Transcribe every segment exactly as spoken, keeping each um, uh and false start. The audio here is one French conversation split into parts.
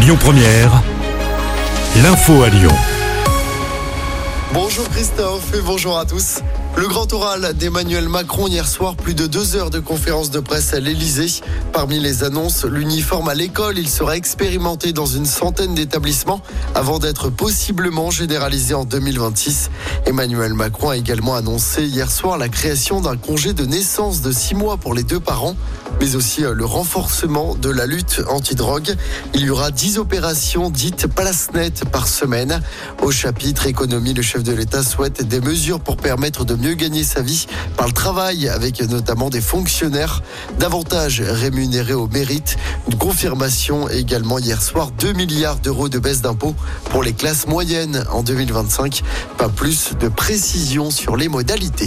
Lyon Première, l'info à Lyon. Bonjour Christophe et bonjour à tous. Le grand oral d'Emmanuel Macron hier soir, plus de deux heures de conférence de presse à l'Elysée. Parmi les annonces, l'uniforme à l'école, il sera expérimenté dans une centaine d'établissements avant d'être possiblement généralisé en deux mille vingt-six. Emmanuel Macron a également annoncé hier soir la création d'un congé de naissance de six mois pour les deux parents, mais aussi le renforcement de la lutte anti-drogue. Il y aura dix opérations dites place nette par semaine. Au chapitre économie, le chef de l'État souhaite des mesures pour permettre de mieux gagner sa vie par le travail, avec notamment des fonctionnaires davantage rémunérés au mérite. Une confirmation également hier soir, deux milliards d'euros de baisse d'impôts pour les classes moyennes en deux mille vingt-cinq. Pas plus de précision sur les modalités.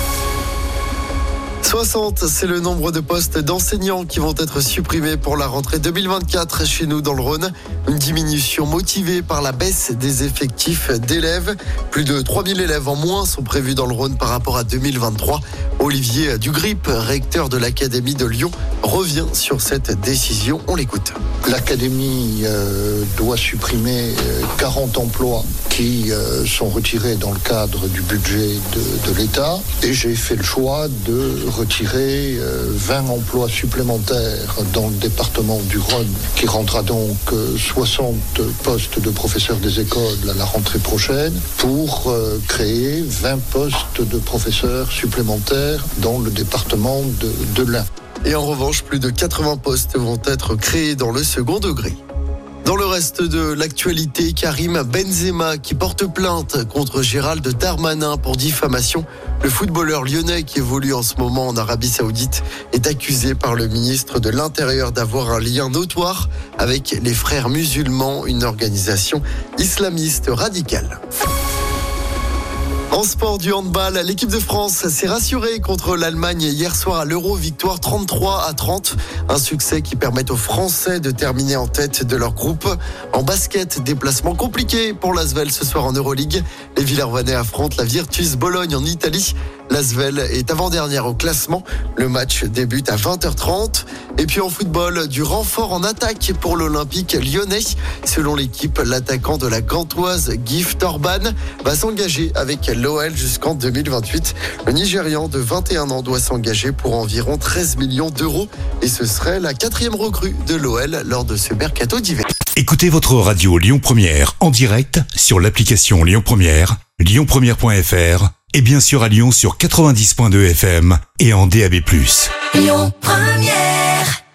soixante, c'est le nombre de postes d'enseignants qui vont être supprimés pour la rentrée deux mille vingt-quatre chez nous dans le Rhône. Une diminution motivée par la baisse des effectifs d'élèves. Plus de trois mille élèves en moins sont prévus dans le Rhône par rapport à deux mille vingt-trois. Olivier Dugrip, recteur de l'Académie de Lyon, revient sur cette décision. On l'écoute. L'Académie euh, doit supprimer euh, quarante emplois qui euh, sont retirés dans le cadre du budget de, de l'État. Et j'ai fait le choix de retirer euh, vingt emplois supplémentaires dans le département du Rhône, qui rendra donc euh, soixante postes de professeurs des écoles à la rentrée prochaine, pour euh, créer vingt postes de professeurs supplémentaires dans le département de, de l'Ain. Et en revanche, plus de quatre-vingts postes vont être créés dans le second degré. Dans le reste de l'actualité, Karim Benzema qui porte plainte contre Gérald Darmanin pour diffamation. Le footballeur lyonnais qui évolue en ce moment en Arabie Saoudite est accusé par le ministre de l'Intérieur d'avoir un lien notoire avec les Frères musulmans, une organisation islamiste radicale. En sport du handball, l'équipe de France s'est rassurée contre l'Allemagne hier soir à l'Euro, victoire trente-trois à trente. Un succès qui permet aux Français de terminer en tête de leur groupe. En basket, déplacement compliqué pour l'Asvel ce soir en Euroleague. Les Villeurbanais affrontent la Virtus Bologne en Italie. L'Asvel est avant-dernière au classement. Le match débute à vingt heures trente. Et puis en football, du renfort en attaque pour l'Olympique lyonnais. Selon l'équipe, l'attaquant de la Gantoise, Gift Orban, va s'engager avec l'O L jusqu'en deux mille vingt-huit. Le Nigérian de vingt et un ans doit s'engager pour environ treize millions d'euros. Et ce serait la quatrième recrue de l'O L lors de ce mercato d'hiver. Écoutez votre radio Lyon Première en direct sur l'application Lyon Première, lyon première point f r et bien sûr à Lyon sur quatre-vingt-dix virgule deux F M et en D A B plus. Lyon Première.